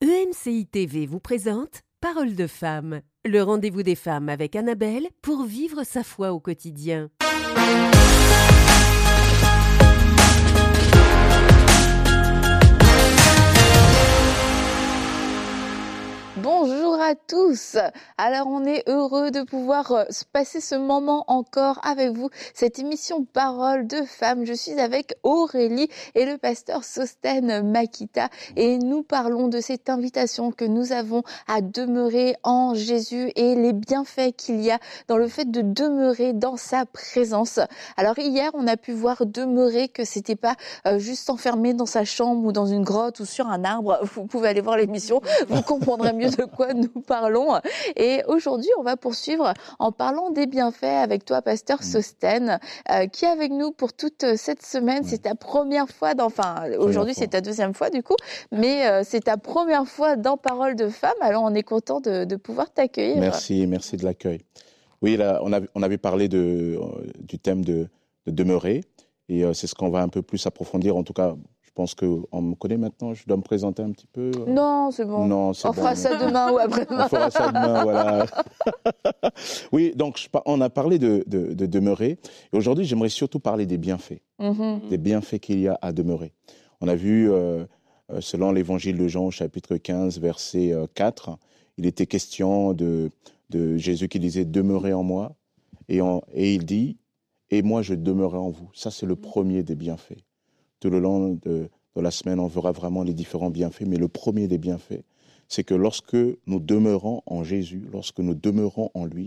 EMCI TV vous présente Parole de femme, le rendez-vous des femmes avec Annabelle pour vivre sa foi au quotidien. Bonjour à tous. Alors on est heureux de pouvoir passer ce moment encore avec vous, cette émission Parole de femmes. Je suis avec Aurélie et le pasteur Sostène Makita et nous parlons de cette invitation que nous avons à demeurer en Jésus et les bienfaits qu'il y a dans le fait de demeurer dans sa présence. Alors hier on a pu voir demeurer que c'était pas juste enfermé dans sa chambre ou dans une grotte ou sur un arbre. Vous pouvez aller voir l'émission, vous comprendrez mieux de quoi nous parlons. Et aujourd'hui, on va poursuivre en parlant des bienfaits avec toi, pasteur Sostène, qui est avec nous pour toute cette semaine. C'est ta première fois, aujourd'hui c'est ta deuxième fois du coup, mais c'est ta première fois dans Parole de femme. Alors on est content de pouvoir t'accueillir. Merci de l'accueil. Oui, là, on avait parlé du thème de demeurer, et c'est ce qu'on va un peu plus approfondir, en tout cas. Je pense qu'on me connaît maintenant, je dois me présenter un petit peu. Non, c'est bon. Non, c'est on fera ça demain ou après-demain. On fera ça demain, voilà. Oui, donc on a parlé de demeurer. Et aujourd'hui, j'aimerais surtout parler des bienfaits. Des bienfaits qu'il y a à demeurer. On a vu, selon l'évangile de Jean, chapitre 15, verset 4, il était question de Jésus qui disait « Demeurez en moi ». Et il dit « Et moi, je demeurerai en vous ». Ça, c'est le premier des bienfaits. Tout le long de la semaine, on verra vraiment les différents bienfaits, mais le premier des bienfaits, c'est que lorsque nous demeurons en Jésus, lorsque nous demeurons en lui,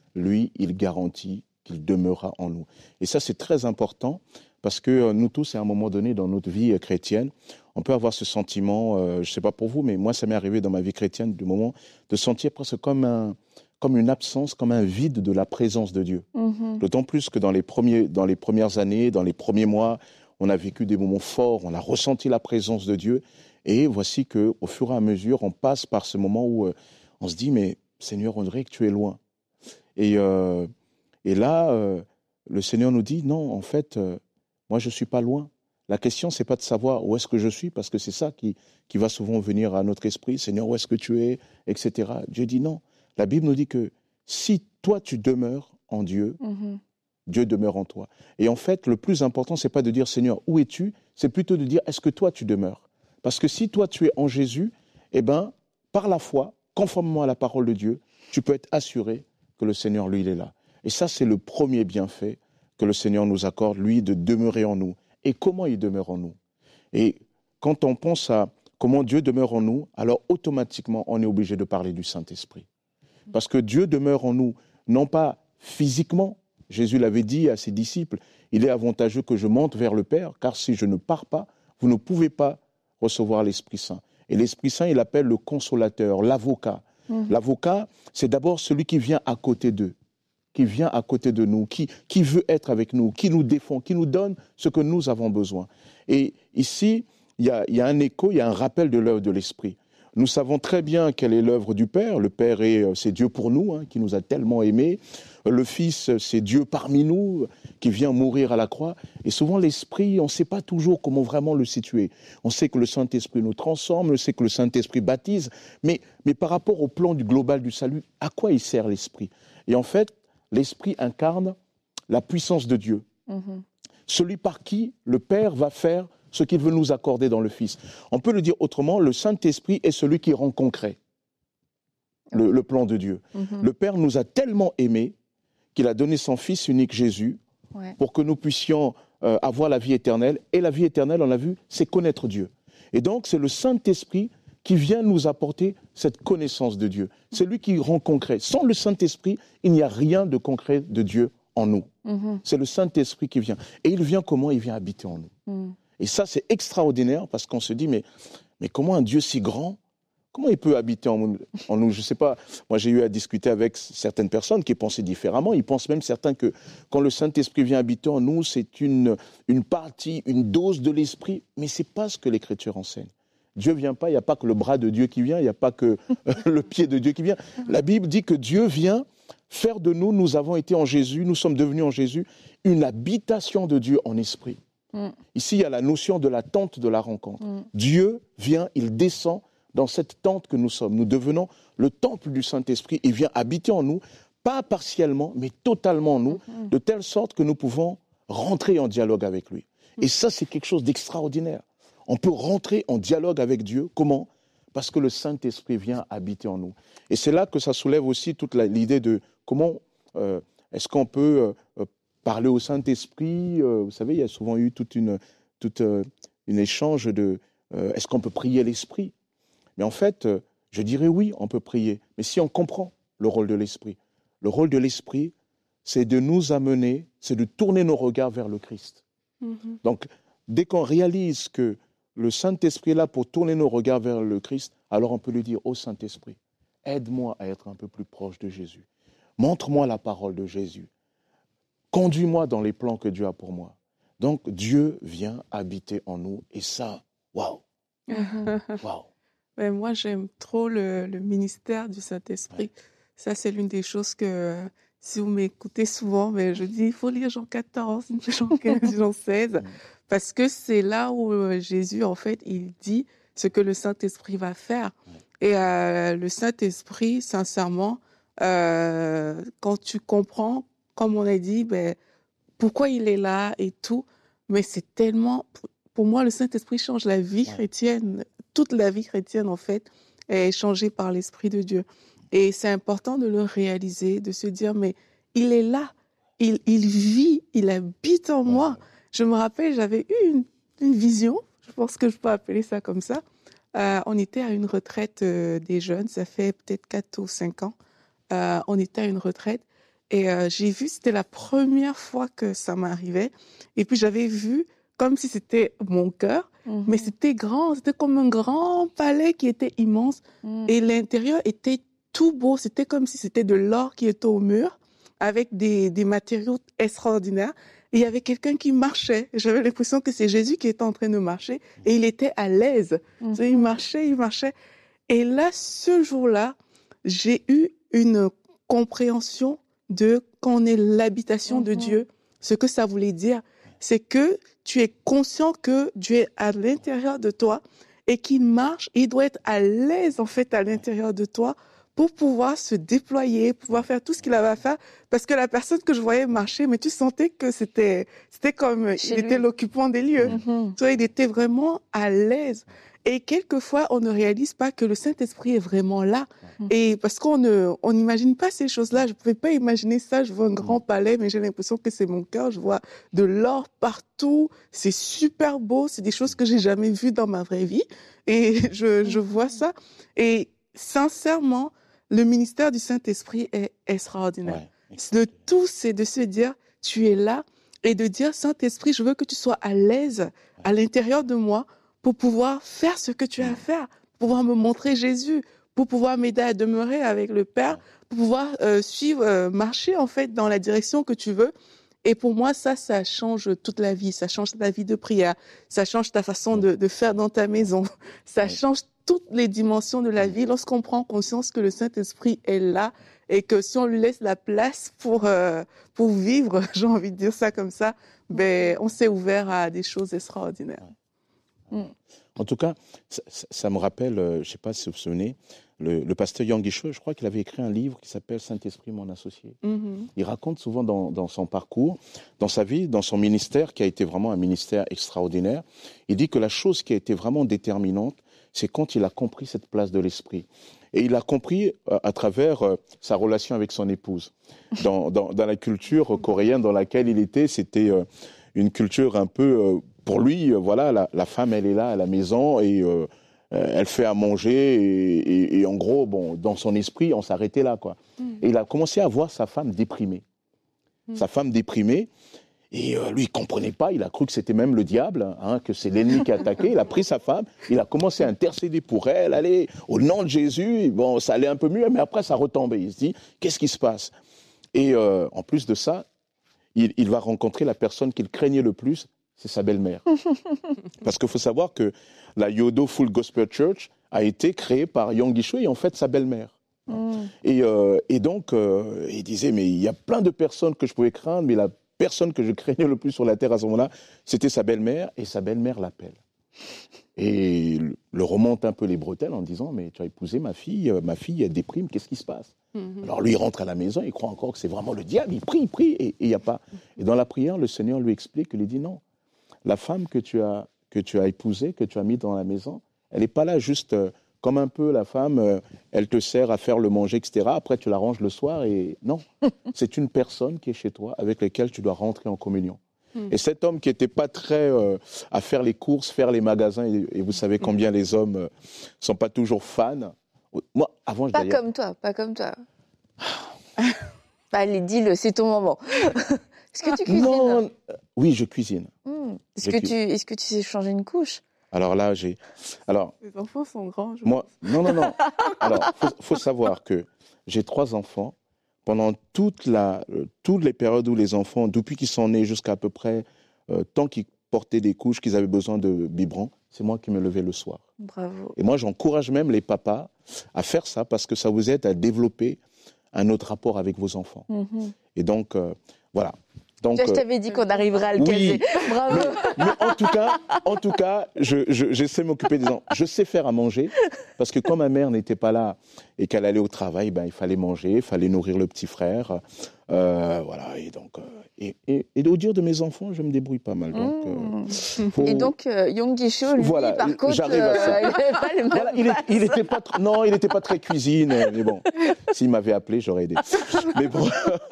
il garantit qu'il demeurera en nous. Et ça, c'est très important, parce que nous tous, à un moment donné dans notre vie chrétienne, on peut avoir ce sentiment, je ne sais pas pour vous, mais moi, ça m'est arrivé dans ma vie chrétienne, du moment de sentir presque comme une absence, comme un vide de la présence de Dieu. D'autant plus que dans les premières années, dans les premiers mois, on a vécu des moments forts, on a ressenti la présence de Dieu. Et voici qu'au fur et à mesure, on passe par ce moment où on se dit, mais Seigneur, on dirait que tu es loin. Et là, le Seigneur nous dit, non, en fait, moi, je ne suis pas loin. La question, ce n'est pas de savoir où est-ce que je suis, parce que c'est ça qui va souvent venir à notre esprit. Seigneur, où est-ce que tu es, etc. Dieu dit non. La Bible nous dit que si toi, tu demeures en Dieu, Dieu demeure en toi. Et en fait, le plus important, ce n'est pas de dire « Seigneur, où es-tu ?» C'est plutôt de dire « Est-ce que toi, tu demeures ?» Parce que si toi, tu es en Jésus, eh bien, par la foi, conformément à la parole de Dieu, tu peux être assuré que le Seigneur, lui, il est là. Et ça, c'est le premier bienfait que le Seigneur nous accorde, lui, de demeurer en nous. Et comment il demeure en nous? Et quand on pense à comment Dieu demeure en nous, alors automatiquement, on est obligé de parler du Saint-Esprit. Parce que Dieu demeure en nous, non pas physiquement. Jésus l'avait dit à ses disciples, il est avantageux que je monte vers le Père, car si je ne pars pas, vous ne pouvez pas recevoir l'Esprit Saint. Et l'Esprit Saint, il appelle le consolateur, l'avocat. L'avocat, c'est d'abord celui qui vient à côté d'eux, qui vient à côté de nous, qui veut être avec nous, qui nous défend, qui nous donne ce que nous avons besoin. Et ici, il y a un écho, il y a un rappel de l'œuvre de l'Esprit. Nous savons très bien quelle est l'œuvre du Père. Le Père, c'est Dieu pour nous, qui nous a tellement aimés. Le Fils, c'est Dieu parmi nous, qui vient mourir à la croix. Et souvent, l'Esprit, on ne sait pas toujours comment vraiment le situer. On sait que le Saint-Esprit nous transforme, on sait que le Saint-Esprit baptise, mais par rapport au plan global du salut, à quoi il sert l'Esprit? Et en fait, l'Esprit incarne la puissance de Dieu. Celui par qui le Père va faire ce qu'il veut nous accorder dans le Fils. On peut le dire autrement, le Saint-Esprit est celui qui rend concret le plan de Dieu. Le Père nous a tellement aimés qu'il a donné son Fils unique Jésus pour que nous puissions avoir la vie éternelle. Et la vie éternelle, on l'a vu, c'est connaître Dieu. Et donc, c'est le Saint-Esprit qui vient nous apporter cette connaissance de Dieu. C'est lui qui rend concret. Sans le Saint-Esprit, il n'y a rien de concret de Dieu en nous. C'est le Saint-Esprit qui vient. Et il vient comment? Il vient habiter en nous. Et ça, c'est extraordinaire parce qu'on se dit, mais comment un Dieu si grand, comment il peut habiter en nous? Je ne sais pas, moi j'ai eu à discuter avec certaines personnes qui pensaient différemment. Ils pensent même certains que quand le Saint-Esprit vient habiter en nous, c'est une partie, une dose de l'Esprit. Mais ce n'est pas ce que l'Écriture enseigne. Dieu ne vient pas, il n'y a pas que le bras de Dieu qui vient, il n'y a pas que le pied de Dieu qui vient. La Bible dit que Dieu vient faire de nous, nous avons été en Jésus, nous sommes devenus en Jésus, une habitation de Dieu en esprit. Ici, il y a la notion de la tente de la rencontre. Dieu vient, il descend dans cette tente que nous sommes. Nous devenons le temple du Saint-Esprit. Il vient habiter en nous, pas partiellement, mais totalement en nous, de telle sorte que nous pouvons rentrer en dialogue avec lui. Et ça, c'est quelque chose d'extraordinaire. On peut rentrer en dialogue avec Dieu. Comment ? Parce que le Saint-Esprit vient habiter en nous. Et c'est là que ça soulève aussi toute l'idée de comment est-ce qu'on peut parler au Saint-Esprit. Vous savez, il y a souvent eu toute une échange de est-ce qu'on peut prier l'Esprit ? Mais en fait, je dirais oui, on peut prier. Mais si on comprend le rôle de l'Esprit, le rôle de l'Esprit, c'est de nous amener, c'est de tourner nos regards vers le Christ. Donc, dès qu'on réalise que le Saint-Esprit est là pour tourner nos regards vers le Christ, alors on peut lui dire, ô Saint-Esprit, aide-moi à être un peu plus proche de Jésus. Montre-moi la parole de Jésus. Conduis-moi dans les plans que Dieu a pour moi. Donc, Dieu vient habiter en nous. Et ça, waouh! Waouh! Ben, moi, j'aime trop le ministère du Saint-Esprit. Ouais. Ça, c'est l'une des choses que, si vous m'écoutez souvent, ben, je dis, il faut lire Jean 14, Jean 15, Jean 16, parce que c'est là où Jésus, en fait, il dit ce que le Saint-Esprit va faire. Et le Saint-Esprit, sincèrement, quand tu comprends, comme on a dit, ben, pourquoi il est là et tout, mais c'est tellement... Pour moi, le Saint-Esprit change la vie chrétienne. Toute la vie chrétienne, en fait, est changée par l'Esprit de Dieu. Et c'est important de le réaliser, de se dire, mais il est là, il vit, il habite en moi. Je me rappelle, j'avais eu une vision, je pense que je peux appeler ça comme ça. On était à une retraite des jeunes, ça fait peut-être 4 ou 5 ans. On était à une retraite et j'ai vu, c'était la première fois que ça m'arrivait. Et puis j'avais vu comme si c'était mon cœur, mais c'était grand, c'était comme un grand palais qui était immense. Et l'intérieur était tout beau, c'était comme si c'était de l'or qui était au mur, avec des matériaux extraordinaires. Et il y avait quelqu'un qui marchait. J'avais l'impression que c'est Jésus qui était en train de marcher, et il était à l'aise. Il marchait. Et là, ce jour-là, j'ai eu une compréhension de quand on est l'habitation de Dieu, ce que ça voulait dire. C'est que tu es conscient que Dieu est à l'intérieur de toi et qu'il marche, et il doit être à l'aise en fait à l'intérieur de toi pour pouvoir se déployer, pouvoir faire tout ce qu'il avait à faire. Parce que la personne que je voyais marcher, mais tu sentais que c'était comme il était l'occupant des lieux. Tu vois, il était vraiment à l'aise. Et quelquefois, on ne réalise pas que le Saint-Esprit est vraiment là. Et parce qu'on n'imagine pas ces choses-là. Je ne pouvais pas imaginer ça. Je vois un grand palais, mais j'ai l'impression que c'est mon cœur. Je vois de l'or partout. C'est super beau. C'est des choses que j'ai jamais vues dans ma vraie vie. Et je vois ça. Et sincèrement, le ministère du Saint-Esprit est extraordinaire. Le tout, c'est de se dire, tu es là, et de dire, Saint-Esprit, je veux que tu sois à l'aise à l'intérieur de moi, pour pouvoir faire ce que tu as à faire, pour pouvoir me montrer Jésus, pour pouvoir m'aider à demeurer avec le Père, pour pouvoir marcher en fait dans la direction que tu veux. Et pour moi, ça change toute la vie. Ça change ta vie de prière, ça change ta façon de faire dans ta maison, ça change toutes les dimensions de la vie lorsqu'on prend conscience que le Saint-Esprit est là et que si on lui laisse la place pour vivre, j'ai envie de dire ça comme ça, ben on s'est ouvert à des choses extraordinaires. En tout cas, ça me rappelle, je ne sais pas si vous vous souvenez, le pasteur Yang Guicheux, je crois qu'il avait écrit un livre qui s'appelle « Saint-Esprit, mon associé ». Il raconte souvent dans son parcours, dans sa vie, dans son ministère, qui a été vraiment un ministère extraordinaire, il dit que la chose qui a été vraiment déterminante, c'est quand il a compris cette place de l'Esprit. Et il a compris à travers sa relation avec son épouse. Dans la culture coréenne dans laquelle il était, c'était une culture un peu... pour lui, voilà, la femme, elle est là à la maison et elle fait à manger et en gros, bon, dans son esprit, on s'arrêtait là, quoi. Et il a commencé à voir sa femme déprimée. Sa femme déprimée, et lui, il comprenait pas, il a cru que c'était même le diable, que c'est l'ennemi qui a attaqué. Il a pris sa femme, il a commencé à intercéder pour elle, allez, au nom de Jésus, bon, ça allait un peu mieux, mais après, ça retombait. Il se dit, qu'est-ce qui se passe? Et en plus de ça, il va rencontrer la personne qu'il craignait le plus, c'est sa belle-mère. Parce qu'il faut savoir que la Yodo Full Gospel Church a été créée par Yang Guicheux et en fait sa belle-mère. Et donc, il disait, mais il y a plein de personnes que je pouvais craindre, mais la personne que je craignais le plus sur la terre à ce moment-là, c'était sa belle-mère, et sa belle-mère l'appelle. Et le remonte un peu les bretelles en disant, mais tu as épousé ma fille, elle déprime, qu'est-ce qui se passe? Alors lui, il rentre à la maison, il croit encore que c'est vraiment le diable, il prie, et il n'y a pas. Et dans la prière, le Seigneur lui explique, il lui dit non, la femme que tu as épousée, que tu as mise dans la maison, elle n'est pas là juste comme un peu la femme, elle te sert à faire le manger, etc. Après, tu la ranges le soir et non, c'est une personne qui est chez toi avec laquelle tu dois rentrer en communion. Et cet homme qui n'était pas très à faire les courses, faire les magasins, et vous savez combien les hommes ne sont pas toujours fans. Moi, avant, pas comme toi. Allez, dis-le, c'est ton moment. Est-ce que tu cuisines? Non, oui, je cuisine. Est-ce que tu sais changer une couche? Alors là, Les enfants sont grands. Non. Alors, faut savoir que j'ai 3 enfants. Pendant toutes les périodes où les enfants, depuis qu'ils sont nés jusqu'à peu près, tant qu'ils portaient des couches, qu'ils avaient besoin de biberons, c'est moi qui me levais le soir. Bravo. Et moi, j'encourage même les papas à faire ça parce que ça vous aide à développer un autre rapport avec vos enfants. Et donc, voilà. Donc, je t'avais dit qu'on arriverait à le caser. Bravo. Mais en tout cas, je sais m'occuper des enfants. Je sais faire à manger parce que quand ma mère n'était pas là et qu'elle allait au travail, il fallait manger, il fallait nourrir le petit frère. Voilà. Et donc, et au dire de mes enfants, je me débrouille pas mal. Donc, Et donc, Young Ji-sho, lui, voilà, par contre, j'arrive à ça. il n'avait pas le même. Voilà, il n'était pas très cuisine, mais bon, s'il m'avait appelé, j'aurais aidé. Mais bon,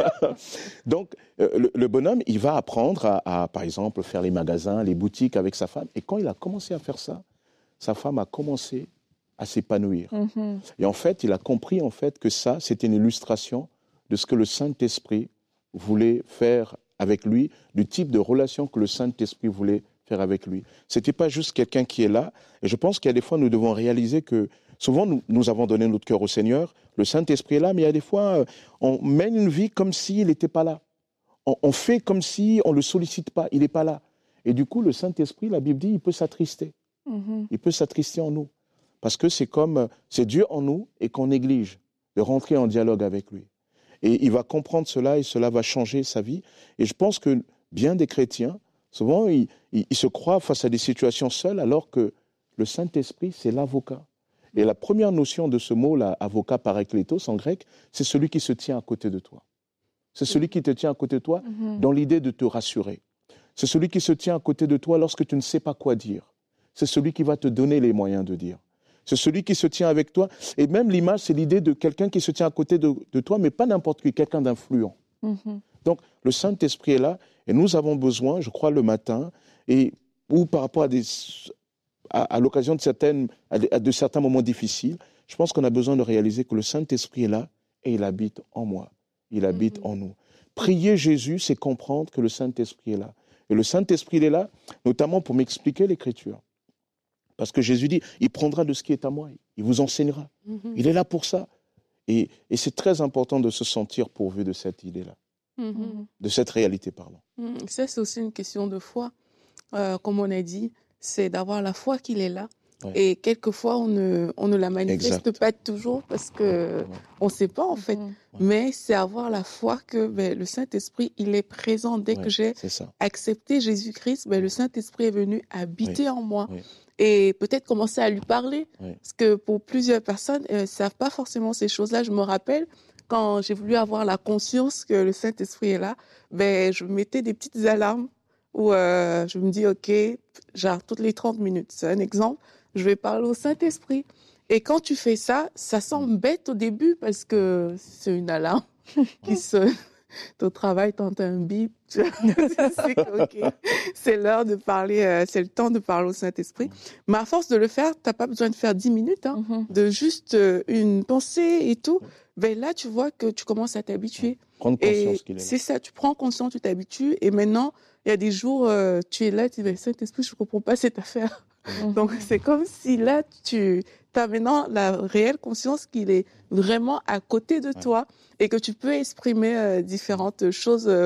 donc le bonhomme, il va apprendre à, par exemple, faire les magasins, les boutiques avec sa femme. Et quand il a commencé à faire ça, sa femme a commencé à s'épanouir. Et en fait, il a compris en fait que ça, c'était une illustration de ce que le Saint-Esprit voulait faire avec lui, du type de relation que le Saint-Esprit voulait faire avec lui. Ce n'était pas juste quelqu'un qui est là. Et je pense qu'il y a des fois, nous devons réaliser que souvent, nous avons donné notre cœur au Seigneur, le Saint-Esprit est là, mais il y a des fois, on mène une vie comme s'il n'était pas là. On fait comme si on ne le sollicite pas, il n'est pas là. Et du coup, le Saint-Esprit, la Bible dit, il peut s'attrister. Il peut s'attrister en nous. Parce que c'est Dieu en nous et qu'on néglige de rentrer en dialogue avec lui. Et il va comprendre cela et cela va changer sa vie. Et je pense que bien des chrétiens, souvent, ils se croient face à des situations seuls alors que le Saint-Esprit, c'est l'avocat. Et la première notion de ce mot-là, avocat parakletos en grec, c'est celui qui se tient à côté de toi. C'est celui qui te tient à côté de toi dans l'idée de te rassurer. C'est celui qui se tient à côté de toi lorsque tu ne sais pas quoi dire. C'est celui qui va te donner les moyens de dire. C'est celui qui se tient avec toi. Et même l'image, c'est l'idée de quelqu'un qui se tient à côté de toi, mais pas n'importe qui, quelqu'un d'influent. Donc, le Saint-Esprit est là, et nous avons besoin, je crois, le matin, ou par rapport à l'occasion de certains moments difficiles, je pense qu'on a besoin de réaliser que le Saint-Esprit est là, et il habite en moi. Il habite en nous. Prier Jésus, c'est comprendre que le Saint-Esprit est là. Et le Saint-Esprit, il est là, notamment pour m'expliquer l'Écriture. Parce que Jésus dit, il prendra de ce qui est à moi, il vous enseignera. Il est là pour ça. Et c'est très important de se sentir pourvu de cette idée-là, de cette réalité, pardon. Ça, c'est aussi une question de foi. Comme on a dit, c'est d'avoir la foi qu'il est là. Ouais. Et quelquefois, on ne la manifeste pas toujours parce que on ne sait pas, en fait. Mais c'est avoir la foi que le Saint-Esprit, il est présent. Dès que j'ai accepté Jésus-Christ, le Saint-Esprit est venu habiter en moi. Et peut-être commencer à lui parler. Parce que pour plusieurs personnes, ne savent pas forcément ces choses-là. Je me rappelle, quand j'ai voulu avoir la conscience que le Saint-Esprit est là, je mettais des petites alarmes où je me dis, OK, genre toutes les 30 minutes, c'est un exemple, je vais parler au Saint-Esprit. Et quand tu fais ça, ça semble bête au début parce que c'est une alarme qui sonne. Ton travail, t'entends un bip, tu sais que, OK, c'est l'heure de parler, c'est le temps de parler au Saint-Esprit. Mais à force de le faire, t'as pas besoin de faire 10 minutes, de juste une pensée et tout. Là, tu vois que tu commences à t'habituer. Prendre conscience qu'il est là. C'est ça, tu prends conscience, tu t'habitues. Et maintenant, il y a des jours, tu es là, tu dis, Saint-Esprit, je comprends pas cette affaire. Donc, c'est comme si là, tu as maintenant la réelle conscience qu'il est vraiment à côté de toi et que tu peux exprimer différentes choses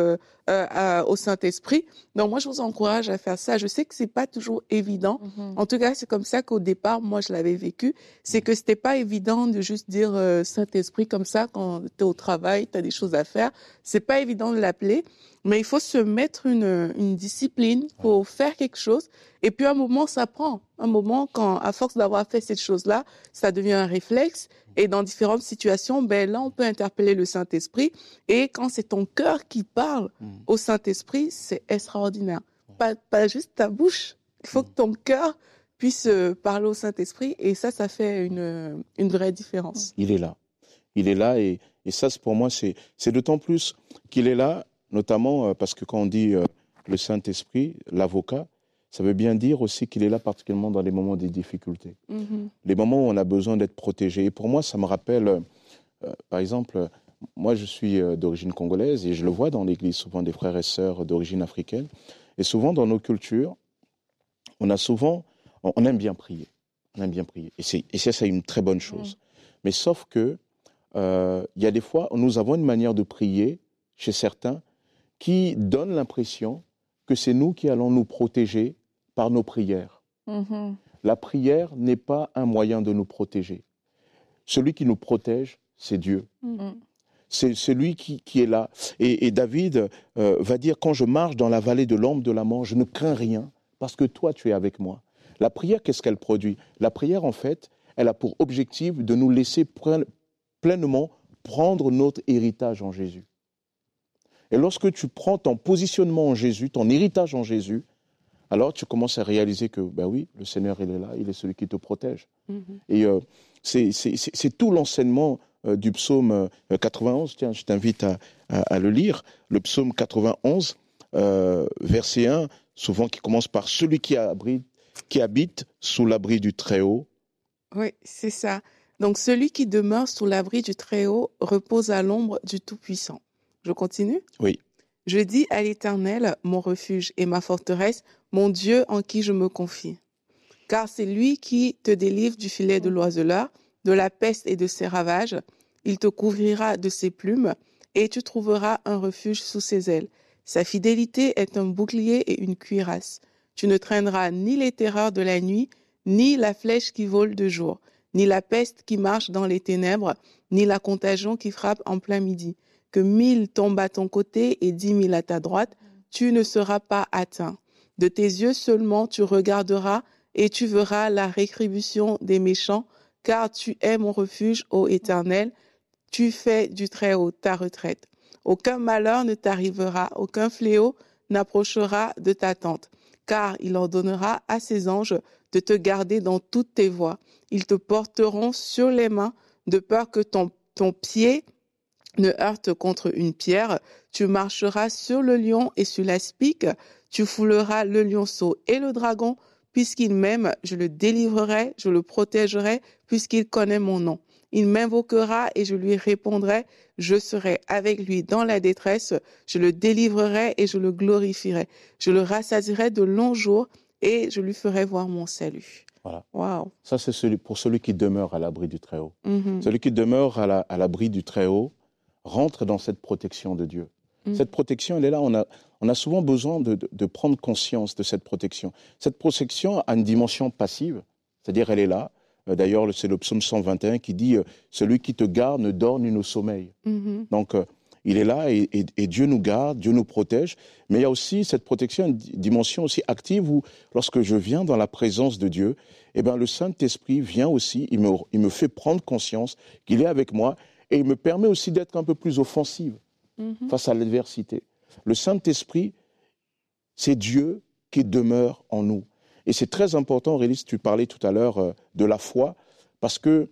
au Saint-Esprit. Donc moi, je vous encourage à faire ça. Je sais que c'est pas toujours évident. En tout cas, c'est comme ça qu'au départ, moi, je l'avais vécu. C'est que c'était pas évident de juste dire Saint-Esprit comme ça quand tu es au travail, tu as des choses à faire. C'est pas évident de l'appeler, mais il faut se mettre une discipline pour faire quelque chose. Et puis, à un moment, ça prend. Un moment, quand, à force d'avoir fait cette chose-là, ça devient un réflexe. Et dans différentes situations, là, on peut interpeller le Saint-Esprit. Et quand c'est ton cœur qui parle au Saint-Esprit, c'est extraordinaire. Pas juste ta bouche. Il faut que ton cœur puisse parler au Saint-Esprit. Et ça fait une vraie différence. Il est là. Il est là. Et ça, pour moi, c'est d'autant plus qu'il est là, notamment parce que quand on dit le Saint-Esprit, l'avocat, ça veut bien dire aussi qu'il est là particulièrement dans les moments des difficultés. Les moments où on a besoin d'être protégé. Et pour moi, ça me rappelle, par exemple, moi je suis d'origine congolaise et je le vois dans l'église, souvent des frères et sœurs d'origine africaine. Et souvent dans nos cultures, on aime bien prier. On aime bien prier. Et ça, c'est une très bonne chose. Mais sauf que, il y a des fois, nous avons une manière de prier chez certains qui donne l'impression que c'est nous qui allons nous protéger par nos prières. La prière n'est pas un moyen de nous protéger. Celui qui nous protège, c'est Dieu. C'est celui qui est là. Et David va dire, quand je marche dans la vallée de l'ombre de la mort, je ne crains rien parce que toi, tu es avec moi. La prière, qu'est-ce qu'elle produit? La prière, en fait, elle a pour objectif de nous laisser pleinement prendre notre héritage en Jésus. Et lorsque tu prends ton positionnement en Jésus, ton héritage en Jésus, alors tu commences à réaliser que, oui, le Seigneur, il est là, il est celui qui te protège. Et c'est tout l'enseignement du psaume 91. Tiens, je t'invite à le lire. Le psaume 91, verset 1, souvent qui commence par « Celui qui habite sous l'abri du Très-Haut ». Oui, c'est ça. Donc, celui qui demeure sous l'abri du Très-Haut repose à l'ombre du Tout-Puissant. Je continue? Oui. Je dis à l'Éternel, mon refuge et ma forteresse, mon Dieu en qui je me confie. Car c'est lui qui te délivre du filet de l'oiseleur, de la peste et de ses ravages. Il te couvrira de ses plumes et tu trouveras un refuge sous ses ailes. Sa fidélité est un bouclier et une cuirasse. Tu ne traîneras ni les terreurs de la nuit, ni la flèche qui vole de jour, ni la peste qui marche dans les ténèbres, ni la contagion qui frappe en plein midi. Que 1000 tombent à ton côté et 10 000 à ta droite, tu ne seras pas atteint. De tes yeux seulement tu regarderas et tu verras la rétribution des méchants, car tu es mon refuge, ô Éternel, tu fais du Très-Haut ta retraite. Aucun malheur ne t'arrivera, aucun fléau n'approchera de ta tente, car il ordonnera à ses anges de te garder dans toutes tes voies. Ils te porteront sur les mains, de peur que ton pied ne heurte contre une pierre. Tu marcheras sur le lion et sur l'aspic. Tu fouleras le lionceau et le dragon. Puisqu'il m'aime, je le délivrerai, je le protégerai, puisqu'il connaît mon nom. Il m'invoquera et je lui répondrai. Je serai avec lui dans la détresse. Je le délivrerai et je le glorifierai. Je le rassasierai de longs jours et je lui ferai voir mon salut. Voilà. Wow. Ça, c'est pour celui qui demeure à l'abri du Très-Haut. Celui qui demeure à l'abri du Très-Haut rentre dans cette protection de Dieu. Cette protection, elle est là. On a souvent besoin de prendre conscience de cette protection. Cette protection a une dimension passive, c'est-à-dire elle est là. D'ailleurs, c'est le psaume 121 qui dit « Celui qui te garde ne dort ni ne sommeille ». Donc, il est là et Dieu nous garde, Dieu nous protège. Mais il y a aussi cette protection, une dimension aussi active où, lorsque je viens dans la présence de Dieu, le Saint-Esprit vient aussi, il me fait prendre conscience qu'il est avec moi et il me permet aussi d'être un peu plus offensive face à l'adversité. Le Saint-Esprit, c'est Dieu qui demeure en nous. Et c'est très important, Aurélie, tu parlais tout à l'heure de la foi, parce que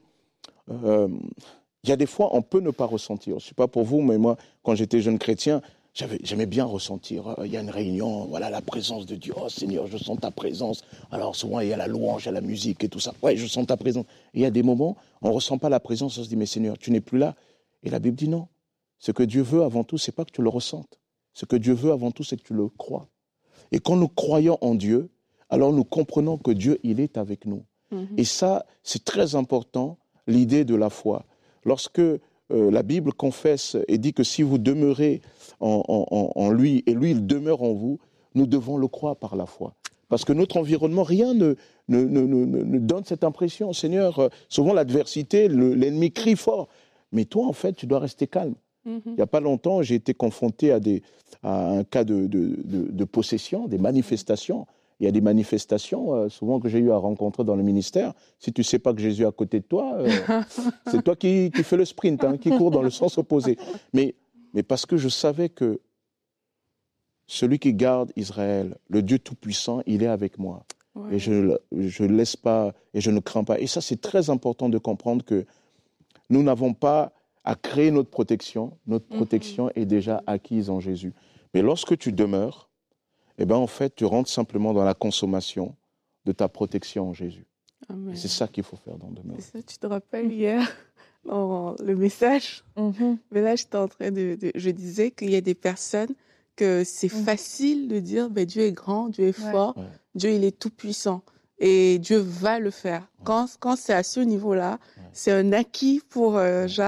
il y a des fois, on peut ne pas ressentir. Je ne sais pas pour vous, mais moi, quand j'étais jeune chrétien, j'aimais bien ressentir. Il y a une réunion, voilà, la présence de Dieu. Oh Seigneur, je sens ta présence. Alors souvent, il y a la louange, il y a la musique et tout ça. Ouais, je sens ta présence. Et il y a des moments, on ne ressent pas la présence, on se dit, mais Seigneur, tu n'es plus là. Et la Bible dit non. Ce que Dieu veut avant tout, ce n'est pas que tu le ressentes. Ce que Dieu veut avant tout, c'est que tu le crois. Et quand nous croyons en Dieu, alors nous comprenons que Dieu, il est avec nous. Et ça, c'est très important, l'idée de la foi. Lorsque la Bible confesse et dit que si vous demeurez en lui et lui, il demeure en vous, nous devons le croire par la foi. Parce que notre environnement, rien ne donne cette impression. Seigneur, souvent l'adversité, l'ennemi crie fort. Mais toi, en fait, tu dois rester calme. Il n'y a pas longtemps, j'ai été confronté à un cas de possession, des manifestations. Il y a des manifestations, souvent que j'ai eu à rencontrer dans le ministère. Si tu ne sais pas que Jésus est à côté de toi, c'est toi qui fais le sprint, hein, qui court dans le sens opposé. Mais parce que je savais que celui qui garde Israël, le Dieu Tout-Puissant, il est avec moi. Ouais. Et je ne laisse pas, et je ne crains pas. Et ça, c'est très important de comprendre que nous n'avons pas à créer notre protection. Notre protection est déjà acquise en Jésus. Mais lorsque tu demeures, eh ben, en fait, tu rentres simplement dans la consommation de ta protection en Jésus. Amen. Et c'est ça qu'il faut faire dans demeurer. Ça, tu te rappelles hier, dans le message, mais là, j'étais en train je disais qu'il y a des personnes que c'est facile de dire ben, Dieu est grand, Dieu est fort, Dieu il est tout puissant et Dieu va le faire. Quand c'est à ce niveau-là, c'est un acquis pour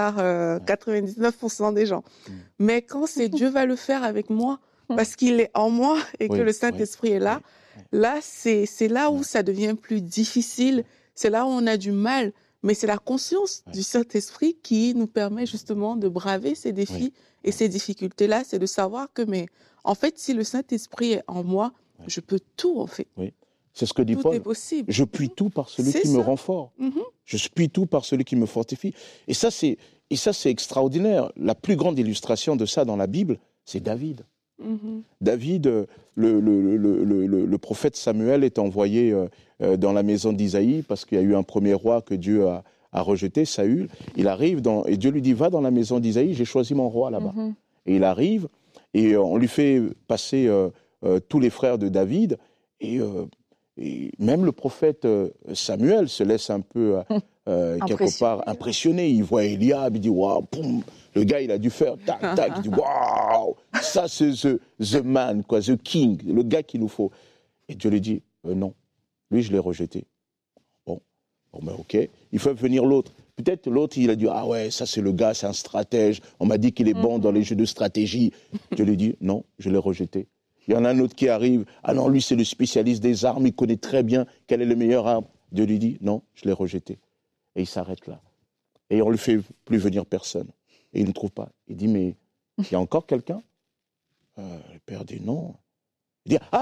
99% des gens. Mais quand c'est Dieu va le faire avec moi, parce qu'il est en moi et que le Saint-Esprit est là, là c'est là où ça devient plus difficile, c'est là où on a du mal. Mais c'est la conscience du Saint-Esprit qui nous permet justement de braver ces défis et ces difficultés-là. C'est de savoir que, mais en fait, si le Saint-Esprit est en moi, je peux tout, en fait. Oui. C'est ce que dit Paul. Tout est possible. Je puis tout par celui qui me rend fort. Je puis tout par celui qui me fortifie. Et ça, c'est extraordinaire. La plus grande illustration de ça dans la Bible, c'est David. David, le prophète Samuel est envoyé dans la maison d'Isaïe parce qu'il y a eu un premier roi que Dieu a rejeté, Saül. Il arrive et Dieu lui dit, va dans la maison d'Isaïe, j'ai choisi mon roi là-bas. Et il arrive et on lui fait passer tous les frères de David et même le prophète Samuel se laisse un peu quelque part impressionné. Il voit Eliab, il dit, waouh, le gars, il a dû faire tac, tac. Il dit, waouh, ça c'est the man, quoi, the king, le gars qu'il nous faut. Et Dieu lui dit, non, lui, je l'ai rejeté. Bon, ben ok. Il fait venir l'autre. Peut-être l'autre, il a dit, ah ouais, ça c'est le gars, c'est un stratège. On m'a dit qu'il est bon dans les jeux de stratégie. Dieu lui dit, non, je l'ai rejeté. Il y en a un autre qui arrive, ah non, lui c'est le spécialiste des armes, il connaît très bien quelle est le meilleur arme. Dieu lui dit, non, je l'ai rejeté. Et il s'arrête là. Et on ne lui fait plus venir personne. Et il ne trouve pas. Il dit, mais il y a encore quelqu'un ? Le père dit, non. Il dit, ah !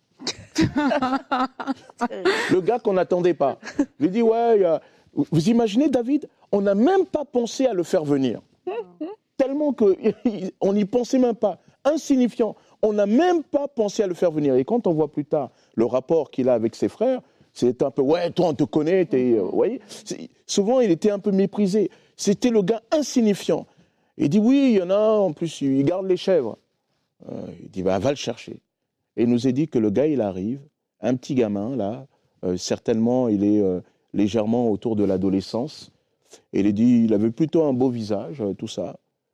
Le gars qu'on n'attendait pas. Il dit, ouais, vous imaginez David ? On n'a même pas pensé à le faire venir. Tellement qu'on n'y pensait même pas. Insignifiant. On n'a même pas pensé à le faire venir. Et quand on voit plus tard le rapport qu'il a avec ses frères, c'est un peu, ouais, toi on te connaît, vous voyez. Souvent il était un peu méprisé. C'était le gars insignifiant. Il dit, oui, il y en a, en plus, il garde les chèvres. Il dit, va le chercher. Et il nous a dit que le gars, il arrive, un petit gamin, là, certainement il est légèrement autour de l'adolescence. Et il dit, il avait plutôt un beau visage, tout ça.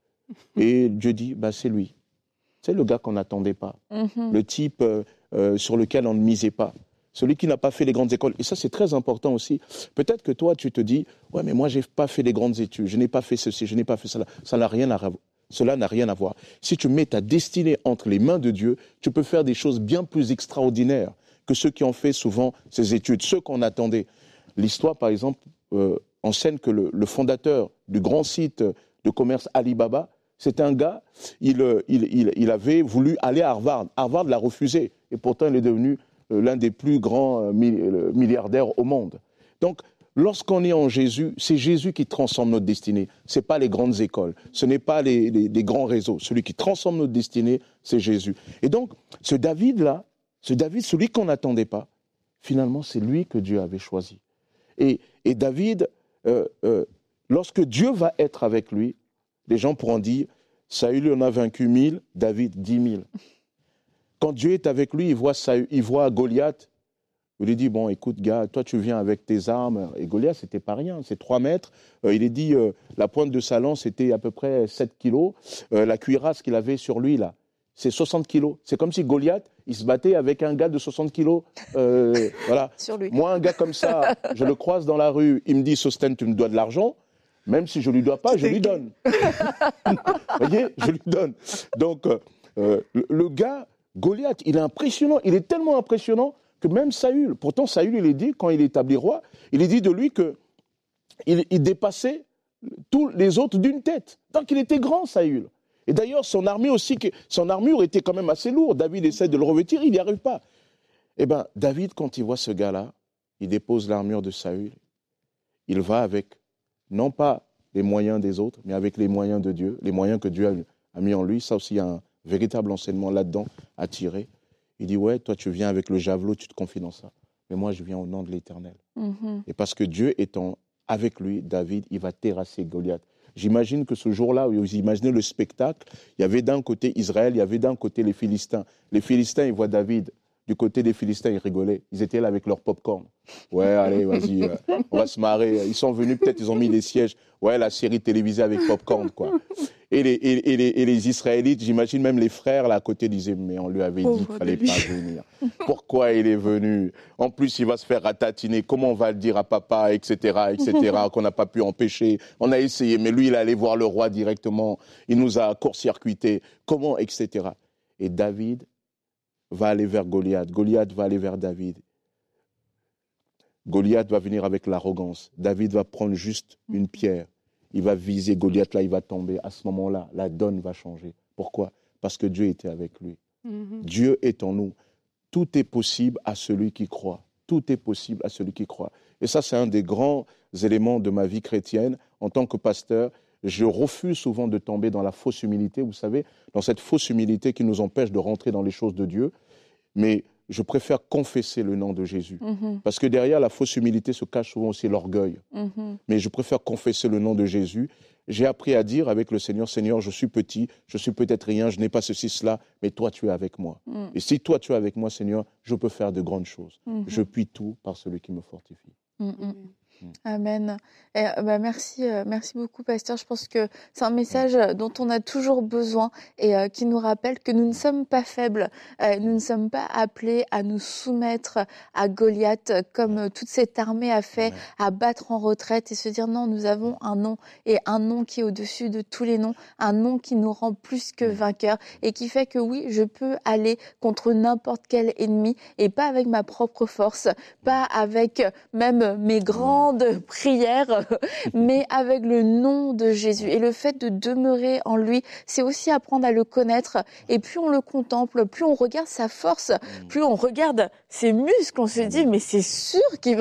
Et Dieu dit, c'est lui. C'est le gars qu'on n'attendait pas. Le type sur lequel on ne misait pas. Celui qui n'a pas fait les grandes écoles. Et ça, c'est très important aussi. Peut-être que toi, tu te dis, ouais, mais moi, je n'ai pas fait les grandes études, je n'ai pas fait ceci, je n'ai pas fait cela. Cela n'a rien à voir. Si tu mets ta destinée entre les mains de Dieu, tu peux faire des choses bien plus extraordinaires que ceux qui ont fait souvent ces études, ceux qu'on attendait. L'histoire, par exemple, enseigne que le fondateur du grand site de commerce Alibaba, c'est un gars, il avait voulu aller à Harvard. Harvard l'a refusé. Et pourtant, il est devenu l'un des plus grands milliardaires au monde. Donc, lorsqu'on est en Jésus, c'est Jésus qui transforme notre destinée. Ce n'est pas les grandes écoles, ce n'est pas les grands réseaux. Celui qui transforme notre destinée, c'est Jésus. Et donc, ce David-là, celui qu'on n'attendait pas, finalement, c'est lui que Dieu avait choisi. Et David, lorsque Dieu va être avec lui, les gens pourront dire, Saül en a vaincu 1000, David 10 000. Quand Dieu est avec lui, il voit Goliath. Il lui dit, bon, écoute, gars, toi, tu viens avec tes armes. Et Goliath, c'était pas rien, c'est 3 mètres. Il est dit, la pointe de sa lance, c'était à peu près 7 kilos. La cuirasse qu'il avait sur lui, là, c'est 60 kilos. C'est comme si Goliath, il se battait avec un gars de 60 kilos. Voilà. Sur lui. Moi, un gars comme ça, je le croise dans la rue, il me dit, Sostène, tu me dois de l'argent. Même si je ne lui dois pas, je lui donne. Vous voyez, je lui donne. Donc, le gars, Goliath, il est impressionnant. Il est tellement impressionnant que même Saül, pourtant Saül, il est dit, quand il est établi roi, il est dit de lui qu'il dépassait tous les autres d'une tête. Donc, il était grand, Saül. Et d'ailleurs, son armure était quand même assez lourde. David essaie de le revêtir, il n'y arrive pas. Eh bien, David, quand il voit ce gars-là, il dépose l'armure de Saül. Il va avec, non pas les moyens des autres, mais avec les moyens de Dieu, les moyens que Dieu a mis en lui. Ça aussi, il y a un véritable enseignement là-dedans à tirer. Il dit, ouais, toi, tu viens avec le javelot, tu te confies dans ça. Mais moi, je viens au nom de l'Éternel. Et parce que Dieu étant avec lui, David, il va terrasser Goliath. J'imagine que ce jour-là, où vous imaginez le spectacle, il y avait d'un côté Israël, il y avait d'un côté les Philistins. Les Philistins, ils voient David. Du côté des Philistins, ils rigolaient. Ils étaient là avec leur popcorn. Ouais, allez, vas-y, on va se marrer. Ils sont venus, peut-être, ils ont mis des sièges. Ouais, la série télévisée avec popcorn, quoi. Et les Israélites, j'imagine même les frères, là, à côté, disaient, mais on lui avait dit qu'il ne fallait pas venir. Pourquoi il est venu? En plus, il va se faire ratatiner. Comment on va le dire à papa, etc., qu'on n'a pas pu empêcher. On a essayé, mais lui, il allait voir le roi directement. Il nous a court-circuité. Comment, etc. Et David va aller vers Goliath. Goliath va aller vers David. Goliath va venir avec l'arrogance. David va prendre juste une pierre. Il va viser Goliath, là, il va tomber. À ce moment-là, la donne va changer. Pourquoi? Parce que Dieu était avec lui. Dieu est en nous. Tout est possible à celui qui croit. Tout est possible à celui qui croit. Et ça, c'est un des grands éléments de ma vie chrétienne. En tant que pasteur, je refuse souvent de tomber dans la fausse humilité, vous savez, dans cette fausse humilité qui nous empêche de rentrer dans les choses de Dieu. Mais je préfère confesser le nom de Jésus. Parce que derrière la fausse humilité se cache souvent aussi l'orgueil. Mais je préfère confesser le nom de Jésus. J'ai appris à dire avec le Seigneur, Seigneur, je suis petit, je suis peut-être rien, je n'ai pas ceci, cela, mais toi, tu es avec moi. Et si toi, tu es avec moi, Seigneur, je peux faire de grandes choses. Je puis tout par celui qui me fortifie. Amen. Merci beaucoup, pasteur. Je pense que c'est un message dont on a toujours besoin et qui nous rappelle que nous ne sommes pas faibles. Nous ne sommes pas appelés à nous soumettre à Goliath comme toute cette armée a fait, à battre en retraite et se dire non, nous avons un nom et un nom qui est au-dessus de tous les noms, un nom qui nous rend plus que vainqueurs et qui fait que oui, je peux aller contre n'importe quel ennemi et pas avec ma propre force, pas avec même mes grandes prières, mais avec le nom de Jésus. Et le fait de demeurer en lui, c'est aussi apprendre à le connaître. Et plus on le contemple, plus on regarde sa force, plus on regarde ses muscles, on se dit, mais c'est sûr qu'il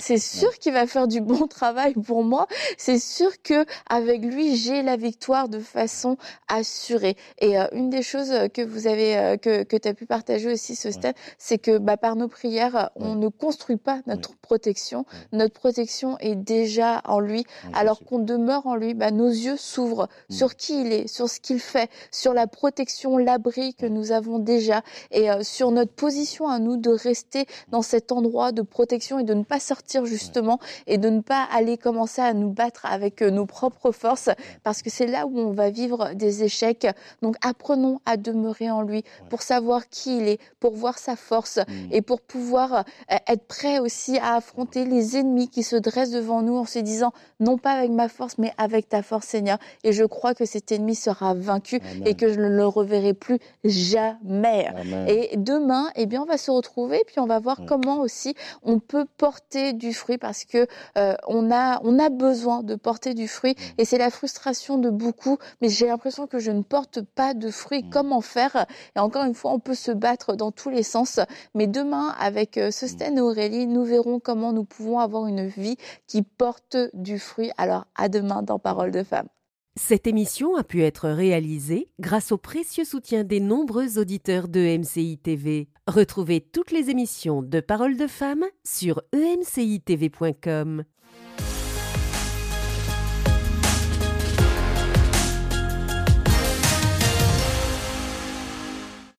va faire du bon travail pour moi. C'est sûr que avec lui, j'ai la victoire de façon assurée. Et une des choses que vous avez, que tu as pu partager aussi, ce stade, c'est que par nos prières, on ne construit pas notre protection. Notre protection est déjà en lui. Alors qu'on demeure en lui, nos yeux s'ouvrent sur qui il est, sur ce qu'il fait, sur la protection, l'abri que nous avons déjà et sur notre position à nous de rester dans cet endroit de protection et de ne pas sortir justement et de ne pas aller commencer à nous battre avec nos propres forces parce que c'est là où on va vivre des échecs. Donc apprenons à demeurer en lui pour savoir qui il est, pour voir sa force et pour pouvoir être prêt aussi à affronter les ennemis qui se dressent devant nous en se disant non pas avec ma force mais avec ta force, Seigneur, et je crois que cet ennemi sera vaincu et que je ne le reverrai plus jamais. Et demain, on va se retrouver puis on va voir comment aussi on peut porter du fruit parce que on a besoin de porter du fruit et c'est la frustration de beaucoup, mais j'ai l'impression que je ne porte pas de fruit. Comment faire? Et encore une fois, on peut se battre dans tous les sens, mais demain avec Sosten et Aurélie, nous verrons comment nous pouvons avoir une vie qui porte du fruit. Alors à demain dans Parole de Femme. Cette émission a pu être réalisée grâce au précieux soutien des nombreux auditeurs de MCI TV. Retrouvez toutes les émissions de Parole de Femme sur emcitv.com.